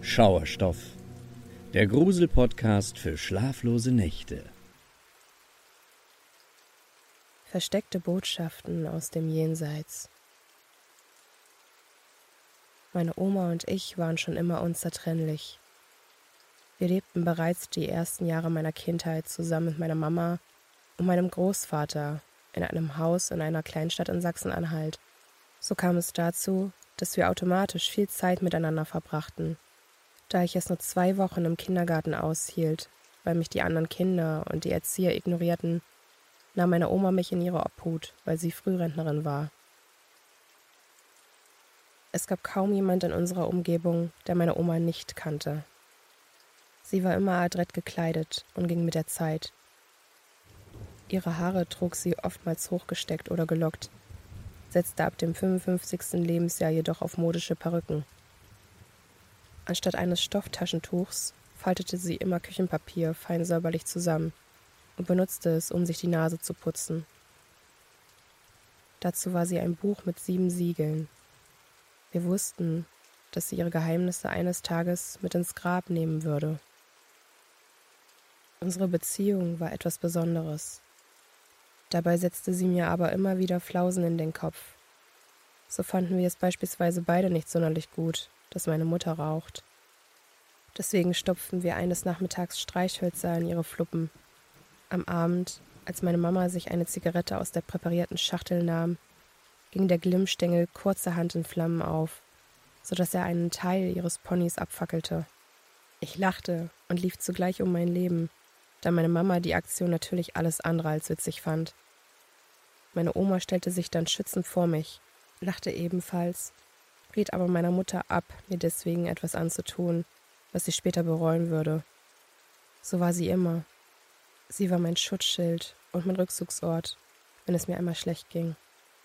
Schauerstoff, der Grusel-Podcast für schlaflose Nächte. Versteckte Botschaften aus dem Jenseits. Meine Oma und ich waren schon immer unzertrennlich. Wir lebten bereits die ersten Jahre meiner Kindheit zusammen mit meiner Mama und meinem Großvater in einem Haus in einer Kleinstadt in Sachsen-Anhalt. So kam es dazu, dass wir automatisch viel Zeit miteinander verbrachten. Da ich es nur 2 Wochen im Kindergarten aushielt, weil mich die anderen Kinder und die Erzieher ignorierten, nahm meine Oma mich in ihre Obhut, weil sie Frührentnerin war. Es gab kaum jemand in unserer Umgebung, der meine Oma nicht kannte. Sie war immer adrett gekleidet und ging mit der Zeit. Ihre Haare trug sie oftmals hochgesteckt oder gelockt, setzte ab dem 55. Lebensjahr jedoch auf modische Perücken. Anstatt eines Stofftaschentuchs faltete sie immer Küchenpapier fein säuberlich zusammen und benutzte es, um sich die Nase zu putzen. Dazu war sie ein Buch mit 7 Siegeln. Wir wussten, dass sie ihre Geheimnisse eines Tages mit ins Grab nehmen würde. Unsere Beziehung war etwas Besonderes. Dabei setzte sie mir aber immer wieder Flausen in den Kopf. So fanden wir es beispielsweise beide nicht sonderlich gut, dass meine Mutter raucht. Deswegen stopften wir eines Nachmittags Streichhölzer in ihre Fluppen. Am Abend, als meine Mama sich eine Zigarette aus der präparierten Schachtel nahm, ging der Glimmstängel kurzerhand in Flammen auf, sodass er einen Teil ihres Ponys abfackelte. Ich lachte und lief zugleich um mein Leben, da meine Mama die Aktion natürlich alles andere als witzig fand. Meine Oma stellte sich dann schützend vor mich, lachte ebenfalls, riet aber meiner Mutter ab, mir deswegen etwas anzutun, was sie später bereuen würde. So war sie immer. Sie war mein Schutzschild und mein Rückzugsort, wenn es mir einmal schlecht ging.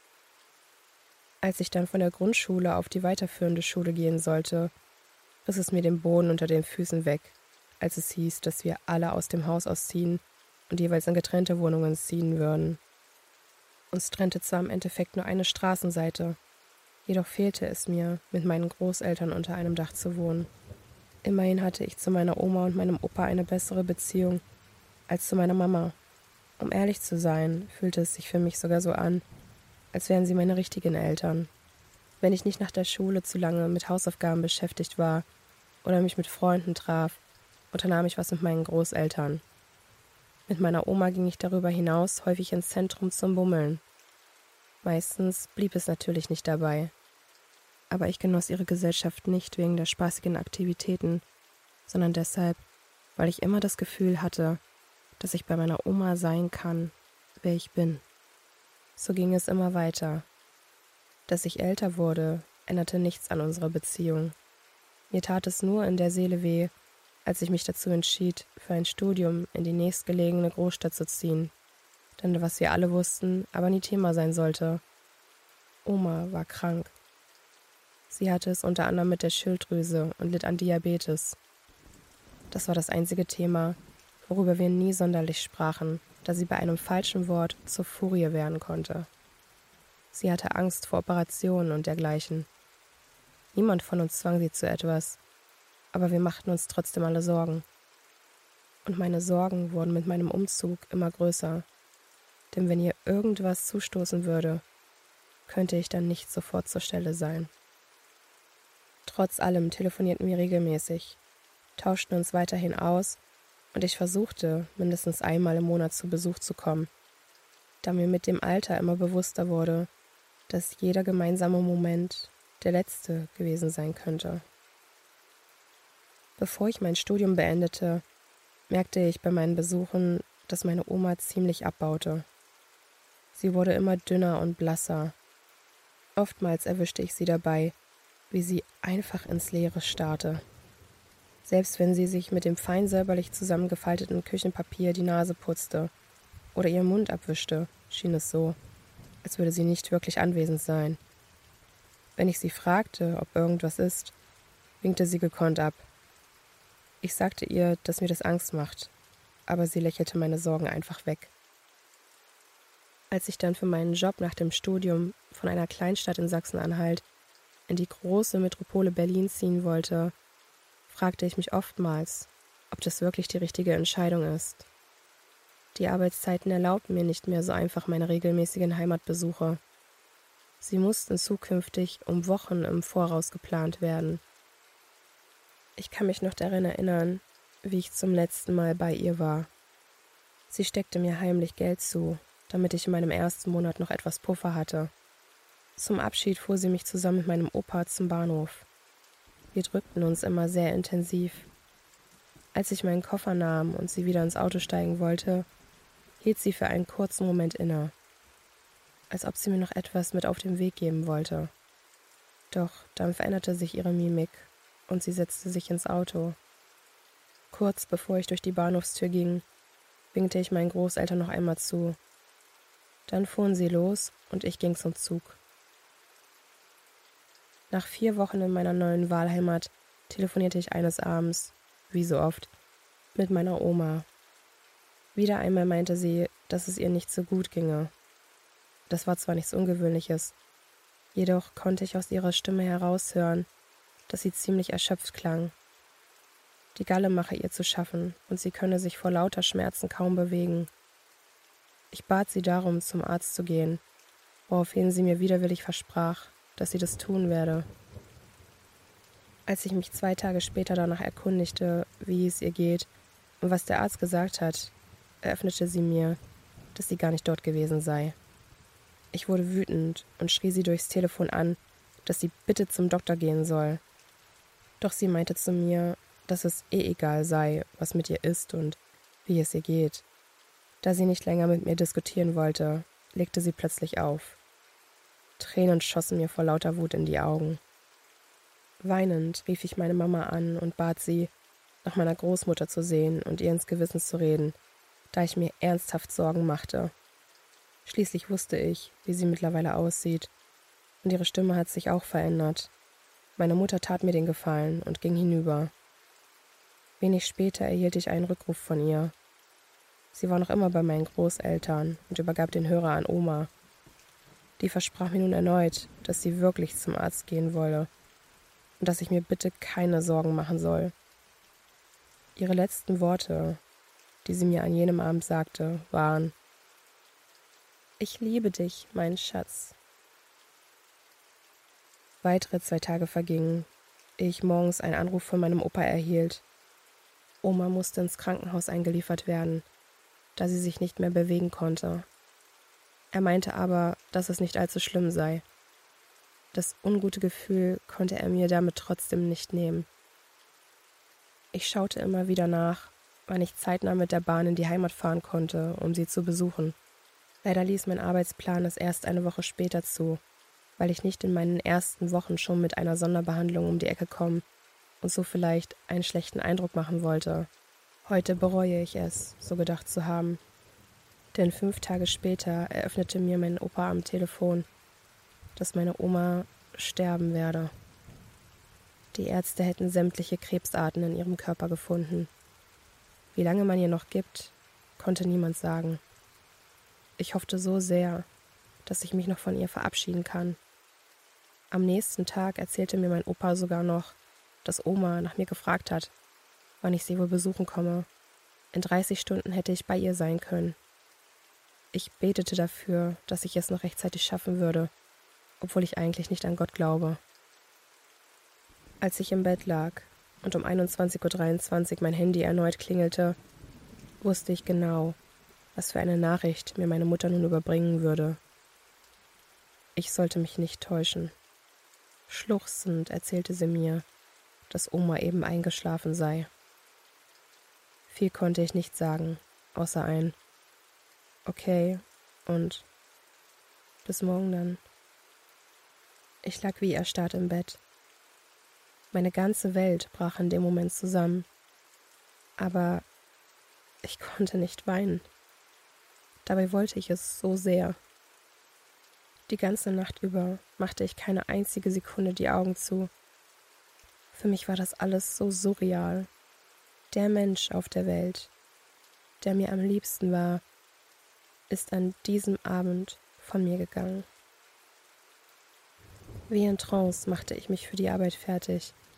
Als ich dann von der Grundschule auf die weiterführende Schule gehen sollte, riss es mir den Boden unter den Füßen weg, als es hieß, dass wir alle aus dem Haus ausziehen und jeweils in getrennte Wohnungen ziehen würden. Uns trennte zwar im Endeffekt nur eine Straßenseite, jedoch fehlte es mir, mit meinen Großeltern unter einem Dach zu wohnen. Immerhin hatte ich zu meiner Oma und meinem Opa eine bessere Beziehung als zu meiner Mama. Um ehrlich zu sein, fühlte es sich für mich sogar so an, als wären sie meine richtigen Eltern. Wenn ich nicht nach der Schule zu lange mit Hausaufgaben beschäftigt war oder mich mit Freunden traf, unternahm ich was mit meinen Großeltern. Mit meiner Oma ging ich darüber hinaus häufig ins Zentrum zum Bummeln. Meistens blieb es natürlich nicht dabei. Aber ich genoss ihre Gesellschaft nicht wegen der spaßigen Aktivitäten, sondern deshalb, weil ich immer das Gefühl hatte, dass ich bei meiner Oma sein kann, wer ich bin. So ging es immer weiter. Dass ich älter wurde, änderte nichts an unserer Beziehung. Mir tat es nur in der Seele weh, als ich mich dazu entschied, für ein Studium in die nächstgelegene Großstadt zu ziehen. Denn was wir alle wussten, aber nie Thema sein sollte: Oma war krank. Sie hatte es unter anderem mit der Schilddrüse und litt an Diabetes. Das war das einzige Thema, worüber wir nie sonderlich sprachen, da sie bei einem falschen Wort zur Furie werden konnte. Sie hatte Angst vor Operationen und dergleichen. Niemand von uns zwang sie zu etwas, aber wir machten uns trotzdem alle Sorgen. Und meine Sorgen wurden mit meinem Umzug immer größer, denn wenn ihr irgendwas zustoßen würde, könnte ich dann nicht sofort zur Stelle sein. Trotz allem telefonierten wir regelmäßig, tauschten uns weiterhin aus und ich versuchte, mindestens einmal im Monat zu Besuch zu kommen, da mir mit dem Alter immer bewusster wurde, dass jeder gemeinsame Moment der letzte gewesen sein könnte. Bevor ich mein Studium beendete, merkte ich bei meinen Besuchen, dass meine Oma ziemlich abbaute. Sie wurde immer dünner und blasser. Oftmals erwischte ich sie dabei, wie sie einfach ins Leere starrte. Selbst wenn sie sich mit dem fein säuberlich zusammengefalteten Küchenpapier die Nase putzte oder ihren Mund abwischte, schien es so, als würde sie nicht wirklich anwesend sein. Wenn ich sie fragte, ob irgendwas ist, winkte sie gekonnt ab. Ich sagte ihr, dass mir das Angst macht, aber sie lächelte meine Sorgen einfach weg. Als ich dann für meinen Job nach dem Studium von einer Kleinstadt in Sachsen-Anhalt in die große Metropole Berlin ziehen wollte, fragte ich mich oftmals, ob das wirklich die richtige Entscheidung ist. Die Arbeitszeiten erlaubten mir nicht mehr so einfach meine regelmäßigen Heimatbesuche. Sie mussten zukünftig um Wochen im Voraus geplant werden. Ich kann mich noch daran erinnern, wie ich zum letzten Mal bei ihr war. Sie steckte mir heimlich Geld zu, damit ich in meinem ersten Monat noch etwas Puffer hatte. Zum Abschied fuhr sie mich zusammen mit meinem Opa zum Bahnhof. Wir drückten uns immer sehr intensiv. Als ich meinen Koffer nahm und sie wieder ins Auto steigen wollte, hielt sie für einen kurzen Moment inne, als ob sie mir noch etwas mit auf den Weg geben wollte. Doch dann veränderte sich ihre Mimik und sie setzte sich ins Auto. Kurz bevor ich durch die Bahnhofstür ging, winkte ich meinen Großeltern noch einmal zu. Dann fuhren sie los und ich ging zum Zug. Nach 4 Wochen in meiner neuen Wahlheimat telefonierte ich eines Abends, wie so oft, mit meiner Oma. Wieder einmal meinte sie, dass es ihr nicht so gut ginge. Das war zwar nichts Ungewöhnliches, jedoch konnte ich aus ihrer Stimme heraushören, dass sie ziemlich erschöpft klang. Die Galle mache ihr zu schaffen und sie könne sich vor lauter Schmerzen kaum bewegen. Ich bat sie darum, zum Arzt zu gehen, woraufhin sie mir widerwillig versprach, dass sie das tun werde. Als ich mich 2 Tage später danach erkundigte, wie es ihr geht und was der Arzt gesagt hat, eröffnete sie mir, dass sie gar nicht dort gewesen sei. Ich wurde wütend und schrie sie durchs Telefon an, dass sie bitte zum Doktor gehen soll. Doch sie meinte zu mir, dass es egal sei, was mit ihr ist und wie es ihr geht. Da sie nicht länger mit mir diskutieren wollte, legte sie plötzlich auf. Tränen schossen mir vor lauter Wut in die Augen. Weinend rief ich meine Mama an und bat sie, nach meiner Großmutter zu sehen und ihr ins Gewissen zu reden, da ich mir ernsthaft Sorgen machte. Schließlich wusste ich, wie sie mittlerweile aussieht, und ihre Stimme hat sich auch verändert. Meine Mutter tat mir den Gefallen und ging hinüber. Wenig später erhielt ich einen Rückruf von ihr. Sie war noch immer bei meinen Großeltern und übergab den Hörer an Oma. Die versprach mir nun erneut, dass sie wirklich zum Arzt gehen wolle und dass ich mir bitte keine Sorgen machen soll. Ihre letzten Worte, die sie mir an jenem Abend sagte, waren: Ich liebe dich, mein Schatz. Weitere 2 Tage vergingen, ehe ich morgens einen Anruf von meinem Opa erhielt. Oma musste ins Krankenhaus eingeliefert werden, da sie sich nicht mehr bewegen konnte. Er meinte aber, dass es nicht allzu schlimm sei. Das ungute Gefühl konnte er mir damit trotzdem nicht nehmen. Ich schaute immer wieder nach, wann ich zeitnah mit der Bahn in die Heimat fahren konnte, um sie zu besuchen. Leider ließ mein Arbeitsplan es erst eine Woche später zu, weil ich nicht in meinen ersten Wochen schon mit einer Sonderbehandlung um die Ecke kommen und so vielleicht einen schlechten Eindruck machen wollte. Heute bereue ich es, so gedacht zu haben. Denn 5 Tage später eröffnete mir mein Opa am Telefon, dass meine Oma sterben werde. Die Ärzte hätten sämtliche Krebsarten in ihrem Körper gefunden. Wie lange man ihr noch gibt, konnte niemand sagen. Ich hoffte so sehr, dass ich mich noch von ihr verabschieden kann. Am nächsten Tag erzählte mir mein Opa sogar noch, dass Oma nach mir gefragt hat, wann ich sie wohl besuchen komme. In 30 Stunden hätte ich bei ihr sein können. Ich betete dafür, dass ich es noch rechtzeitig schaffen würde, obwohl ich eigentlich nicht an Gott glaube. Als ich im Bett lag und um 21:23 Uhr mein Handy erneut klingelte, wusste ich genau, was für eine Nachricht mir meine Mutter nun überbringen würde. Ich sollte mich nicht täuschen. Schluchzend erzählte sie mir, dass Oma eben eingeschlafen sei. Viel konnte ich nicht sagen, außer ein Okay und bis morgen dann. Ich lag wie erstarrt im Bett. Meine ganze Welt brach in dem Moment zusammen. Aber ich konnte nicht weinen. Dabei wollte ich es so sehr. Die ganze Nacht über machte ich keine einzige Sekunde die Augen zu. Für mich war das alles so surreal. Der Mensch auf der Welt, der mir am liebsten war, ist an diesem Abend von mir gegangen. Wie in Trance machte ich mich für die Arbeit fertig.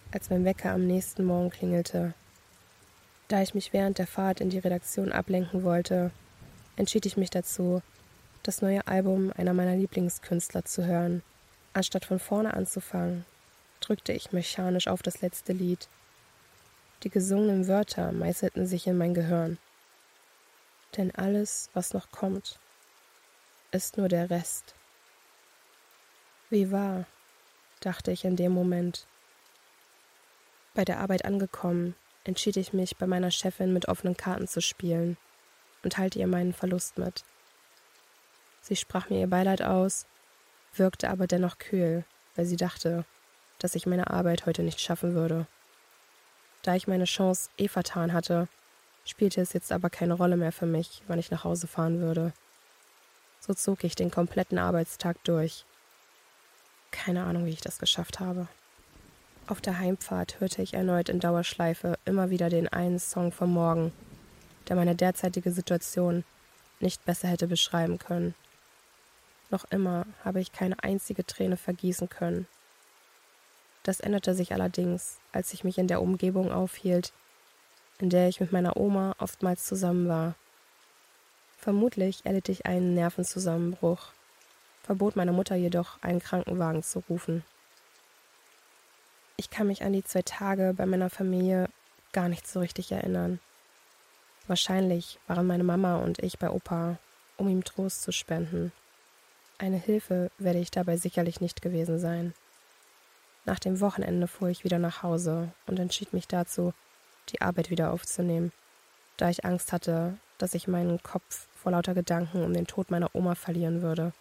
als mein Wecker am nächsten Morgen klingelte. Da ich mich während der Fahrt in die Redaktion ablenken wollte, entschied ich mich dazu, das neue Album einer meiner Lieblingskünstler zu hören. Anstatt von vorne anzufangen, drückte ich mechanisch auf das letzte Lied. Die gesungenen Wörter meißelten sich in mein Gehirn. Denn alles, was noch kommt, ist nur der Rest. Wie wahr, dachte ich in dem Moment. Bei der Arbeit angekommen, entschied ich mich, bei meiner Chefin mit offenen Karten zu spielen und teilte ihr meinen Verlust mit. Sie sprach mir ihr Beileid aus, wirkte aber dennoch kühl, weil sie dachte, dass ich meine Arbeit heute nicht schaffen würde. Da ich meine Chance vertan hatte, spielte es jetzt aber keine Rolle mehr für mich, wann ich nach Hause fahren würde. So zog ich den kompletten Arbeitstag durch. Keine Ahnung, wie ich das geschafft habe. Auf der Heimfahrt hörte ich erneut in Dauerschleife immer wieder den einen Song vom Morgen, der meine derzeitige Situation nicht besser hätte beschreiben können. Noch immer habe ich keine einzige Träne vergießen können. Das änderte sich allerdings, als ich mich in der Umgebung aufhielt, in der ich mit meiner Oma oftmals zusammen war. Vermutlich erlitt ich einen Nervenzusammenbruch, verbot meiner Mutter jedoch, einen Krankenwagen zu rufen. Ich kann mich an die 2 Tage bei meiner Familie gar nicht so richtig erinnern. Wahrscheinlich waren meine Mama und ich bei Opa, um ihm Trost zu spenden. Eine Hilfe werde ich dabei sicherlich nicht gewesen sein. Nach dem Wochenende fuhr ich wieder nach Hause und entschied mich dazu, die Arbeit wieder aufzunehmen, da ich Angst hatte, dass ich meinen Kopf vor lauter Gedanken um den Tod meiner Oma verlieren würde.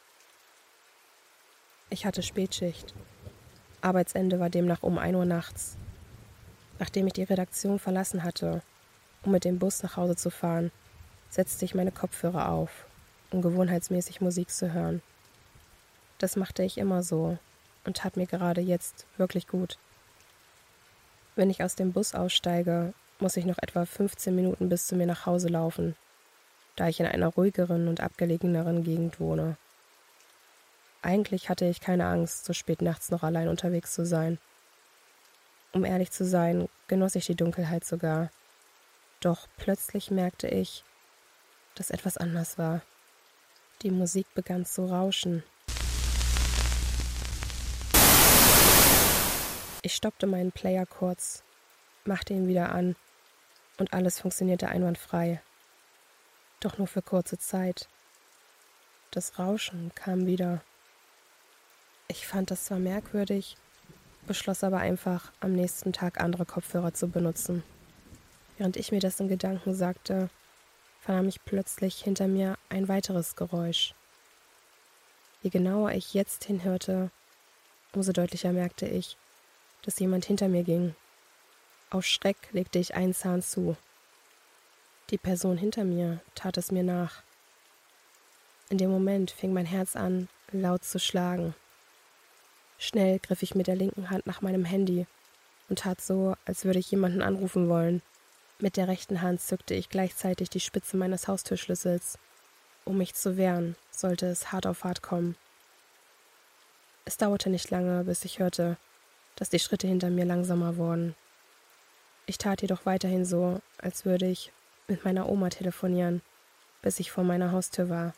Ich hatte Spätschicht. Arbeitsende war demnach um 1 Uhr nachts. Nachdem ich die Redaktion verlassen hatte, um mit dem Bus nach Hause zu fahren, setzte ich meine Kopfhörer auf, um gewohnheitsmäßig Musik zu hören. Das machte ich immer so und tat mir gerade jetzt wirklich gut. Wenn ich aus dem Bus aussteige, muss ich noch etwa 15 Minuten bis zu mir nach Hause laufen, da ich in einer ruhigeren und abgelegeneren Gegend wohne. Eigentlich hatte ich keine Angst, so spät nachts noch allein unterwegs zu sein. Um ehrlich zu sein, genoss ich die Dunkelheit sogar. Doch plötzlich merkte ich, dass etwas anders war. Die Musik begann zu rauschen. Ich stoppte meinen Player kurz, machte ihn wieder an und alles funktionierte einwandfrei. Doch nur für kurze Zeit. Das Rauschen kam wieder. Ich fand das zwar merkwürdig, beschloss aber einfach, am nächsten Tag andere Kopfhörer zu benutzen. Während ich mir das in Gedanken sagte, vernahm ich plötzlich hinter mir ein weiteres Geräusch. Je genauer ich jetzt hinhörte, umso deutlicher merkte ich, dass jemand hinter mir ging. Aus Schreck legte ich einen Zahn zu. Die Person hinter mir tat es mir nach. In dem Moment fing mein Herz an, laut zu schlagen. Schnell griff ich mit der linken Hand nach meinem Handy und tat so, als würde ich jemanden anrufen wollen. Mit der rechten Hand zückte ich gleichzeitig die Spitze meines Haustürschlüssels, um mich zu wehren, sollte es hart auf hart kommen. Es dauerte nicht lange, bis ich hörte, dass die Schritte hinter mir langsamer wurden. Ich tat jedoch weiterhin so, als würde ich mit meiner Oma telefonieren, bis ich vor meiner Haustür war.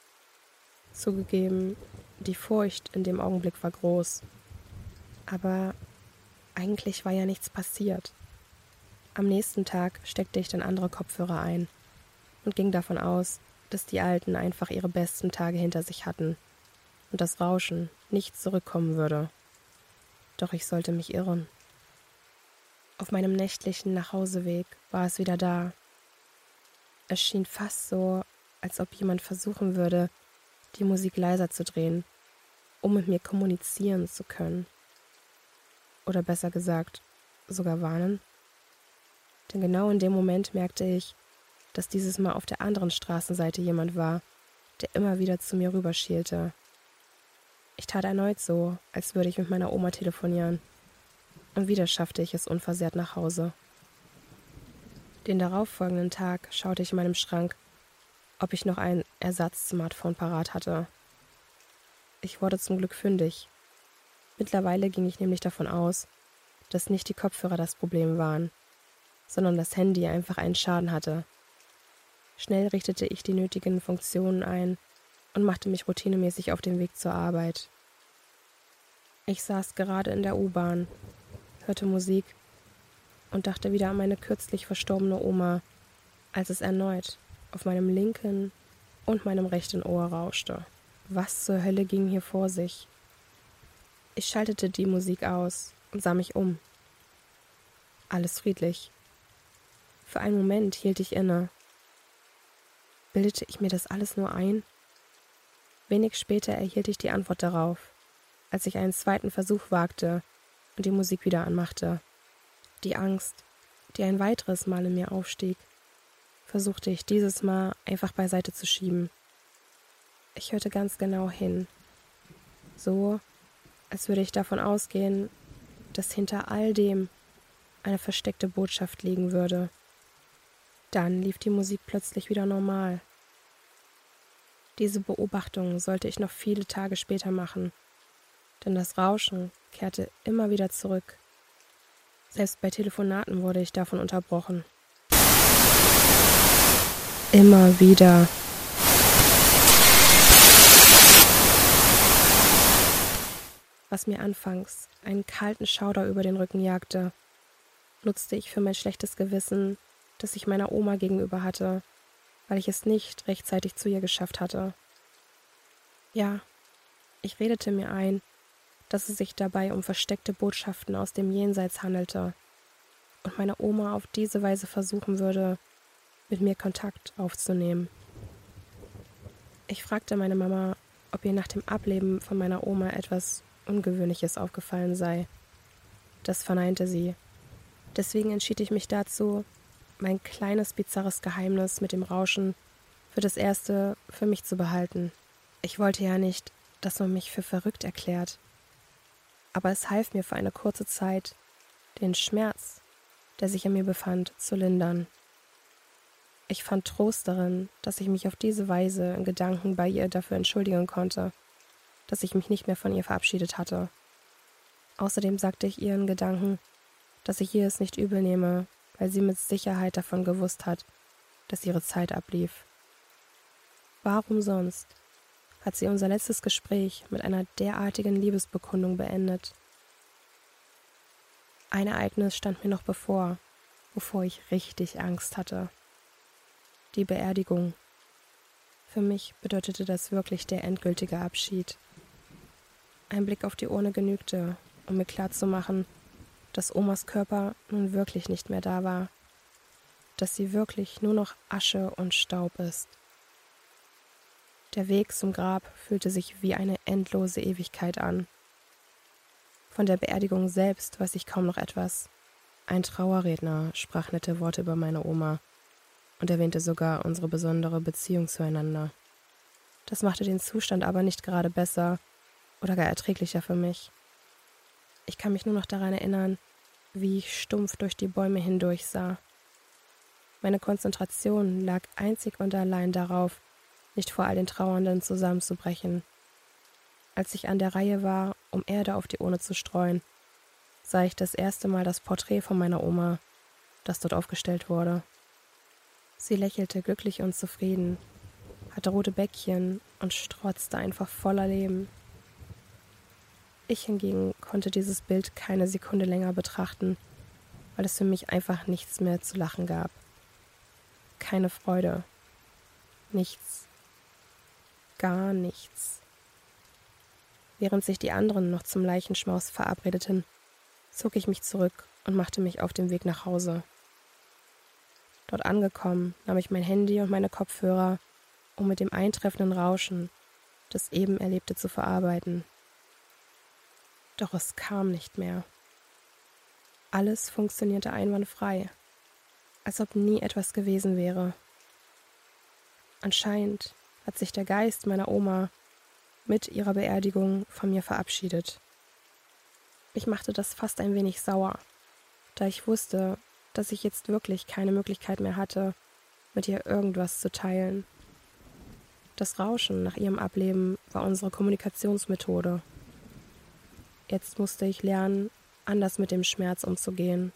Zugegeben, die Furcht in dem Augenblick war groß. Aber eigentlich war ja nichts passiert. Am nächsten Tag steckte ich dann andere Kopfhörer ein und ging davon aus, dass die Alten einfach ihre besten Tage hinter sich hatten und das Rauschen nicht zurückkommen würde. Doch ich sollte mich irren. Auf meinem nächtlichen Nachhauseweg war es wieder da. Es schien fast so, als ob jemand versuchen würde, die Musik leiser zu drehen, um mit mir kommunizieren zu können. Oder besser gesagt, sogar warnen. Denn genau in dem Moment merkte ich, dass dieses Mal auf der anderen Straßenseite jemand war, der immer wieder zu mir rüberschielte. Ich tat erneut so, als würde ich mit meiner Oma telefonieren. Und wieder schaffte ich es unversehrt nach Hause. Den darauffolgenden Tag schaute ich in meinem Schrank, ob ich noch ein Ersatz-Smartphone parat hatte. Ich wurde zum Glück fündig. Mittlerweile ging ich nämlich davon aus, dass nicht die Kopfhörer das Problem waren, sondern das Handy einfach einen Schaden hatte. Schnell richtete ich die nötigen Funktionen ein und machte mich routinemäßig auf den Weg zur Arbeit. Ich saß gerade in der U-Bahn, hörte Musik und dachte wieder an meine kürzlich verstorbene Oma, als es erneut auf meinem linken und meinem rechten Ohr rauschte. Was zur Hölle ging hier vor sich? Ich schaltete die Musik aus und sah mich um. Alles friedlich. Für einen Moment hielt ich inne. Bildete ich mir das alles nur ein? Wenig später erhielt ich die Antwort darauf, als ich einen zweiten Versuch wagte und die Musik wieder anmachte. Die Angst, die ein weiteres Mal in mir aufstieg, versuchte ich dieses Mal einfach beiseite zu schieben. Ich hörte ganz genau hin, so als würde ich davon ausgehen, dass hinter all dem eine versteckte Botschaft liegen würde. Dann lief die Musik plötzlich wieder normal. Diese Beobachtung sollte ich noch viele Tage später machen, denn das Rauschen kehrte immer wieder zurück. Selbst bei Telefonaten wurde ich davon unterbrochen. Immer wieder. Was mir anfangs einen kalten Schauder über den Rücken jagte, nutzte ich für mein schlechtes Gewissen, das ich meiner Oma gegenüber hatte, weil ich es nicht rechtzeitig zu ihr geschafft hatte. Ja, ich redete mir ein, dass es sich dabei um versteckte Botschaften aus dem Jenseits handelte und meine Oma auf diese Weise versuchen würde, mit mir Kontakt aufzunehmen. Ich fragte meine Mama, ob ihr nach dem Ableben von meiner Oma etwas Ungewöhnliches aufgefallen sei. Das verneinte sie. Deswegen entschied ich mich dazu, mein kleines, bizarres Geheimnis mit dem Rauschen für das Erste für mich zu behalten. Ich wollte ja nicht, dass man mich für verrückt erklärt. Aber es half mir für eine kurze Zeit, den Schmerz, der sich in mir befand, zu lindern. Ich fand Trost darin, dass ich mich auf diese Weise in Gedanken bei ihr dafür entschuldigen konnte, dass ich mich nicht mehr von ihr verabschiedet hatte. Außerdem sagte ich ihr in Gedanken, dass ich ihr es nicht übel nehme, weil sie mit Sicherheit davon gewusst hat, dass ihre Zeit ablief. Warum sonst hat sie unser letztes Gespräch mit einer derartigen Liebesbekundung beendet? Ein Ereignis stand mir noch bevor, wovor ich richtig Angst hatte. Die Beerdigung. Für mich bedeutete das wirklich der endgültige Abschied. Ein Blick auf die Urne genügte, um mir klarzumachen, dass Omas Körper nun wirklich nicht mehr da war, dass sie wirklich nur noch Asche und Staub ist. Der Weg zum Grab fühlte sich wie eine endlose Ewigkeit an. Von der Beerdigung selbst weiß ich kaum noch etwas. Ein Trauerredner sprach nette Worte über meine Oma und erwähnte sogar unsere besondere Beziehung zueinander. Das machte den Zustand aber nicht gerade besser oder gar erträglicher für mich. Ich kann mich nur noch daran erinnern, wie ich stumpf durch die Bäume hindurch sah. Meine Konzentration lag einzig und allein darauf, nicht vor all den Trauernden zusammenzubrechen. Als ich an der Reihe war, um Erde auf die Urne zu streuen, sah ich das erste Mal das Porträt von meiner Oma, das dort aufgestellt wurde. Sie lächelte glücklich und zufrieden, hatte rote Bäckchen und strotzte einfach voller Leben. Ich hingegen konnte dieses Bild keine Sekunde länger betrachten, weil es für mich einfach nichts mehr zu lachen gab. Keine Freude. Nichts. Gar nichts. Während sich die anderen noch zum Leichenschmaus verabredeten, zog ich mich zurück und machte mich auf den Weg nach Hause. Dort angekommen, nahm ich mein Handy und meine Kopfhörer, um mit dem eintreffenden Rauschen das eben Erlebte zu verarbeiten. Doch es kam nicht mehr. Alles funktionierte einwandfrei, als ob nie etwas gewesen wäre. Anscheinend hat sich der Geist meiner Oma mit ihrer Beerdigung von mir verabschiedet. Ich machte das fast ein wenig sauer, da ich wusste, dass ich jetzt wirklich keine Möglichkeit mehr hatte, mit ihr irgendwas zu teilen. Das Rauschen nach ihrem Ableben war unsere Kommunikationsmethode. Jetzt musste ich lernen, anders mit dem Schmerz umzugehen.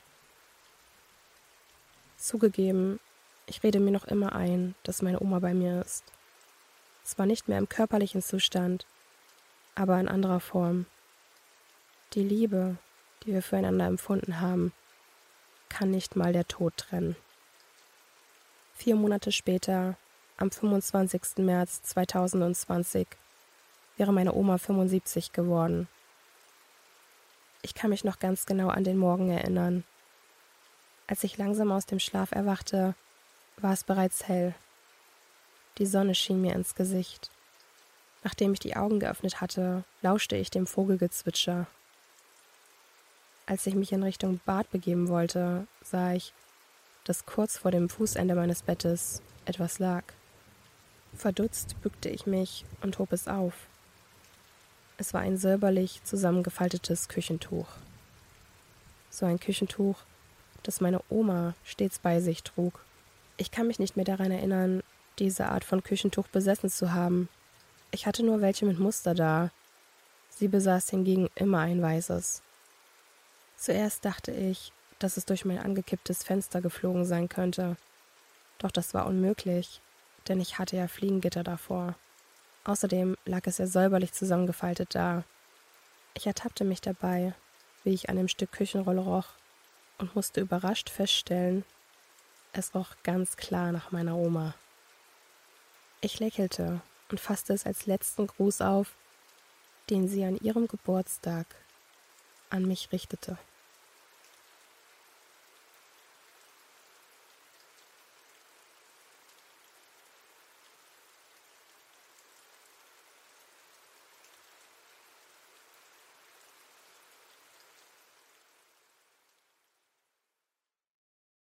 Zugegeben, ich rede mir noch immer ein, dass meine Oma bei mir ist. Zwar nicht mehr im körperlichen Zustand, aber in anderer Form. Die Liebe, die wir füreinander empfunden haben, kann nicht mal der Tod trennen. 4 Monate später, am 25. März 2020, wäre meine Oma 75 geworden. Ich kann mich noch ganz genau an den Morgen erinnern. Als ich langsam aus dem Schlaf erwachte, war es bereits hell. Die Sonne schien mir ins Gesicht. Nachdem ich die Augen geöffnet hatte, lauschte ich dem Vogelgezwitscher. Als ich mich in Richtung Bad begeben wollte, sah ich, dass kurz vor dem Fußende meines Bettes etwas lag. Verdutzt bückte ich mich und hob es auf. Es war ein säuberlich zusammengefaltetes Küchentuch. So ein Küchentuch, das meine Oma stets bei sich trug. Ich kann mich nicht mehr daran erinnern, diese Art von Küchentuch besessen zu haben. Ich hatte nur welche mit Muster da. Sie besaß hingegen immer ein weißes. Zuerst dachte ich, dass es durch mein angekipptes Fenster geflogen sein könnte. Doch das war unmöglich, denn ich hatte ja Fliegengitter davor. Außerdem lag es ja säuberlich zusammengefaltet da. Ich ertappte mich dabei, wie ich an dem Stück Küchenrolle roch und musste überrascht feststellen, es roch ganz klar nach meiner Oma. Ich lächelte und fasste es als letzten Gruß auf, den sie an ihrem Geburtstag an mich richtete.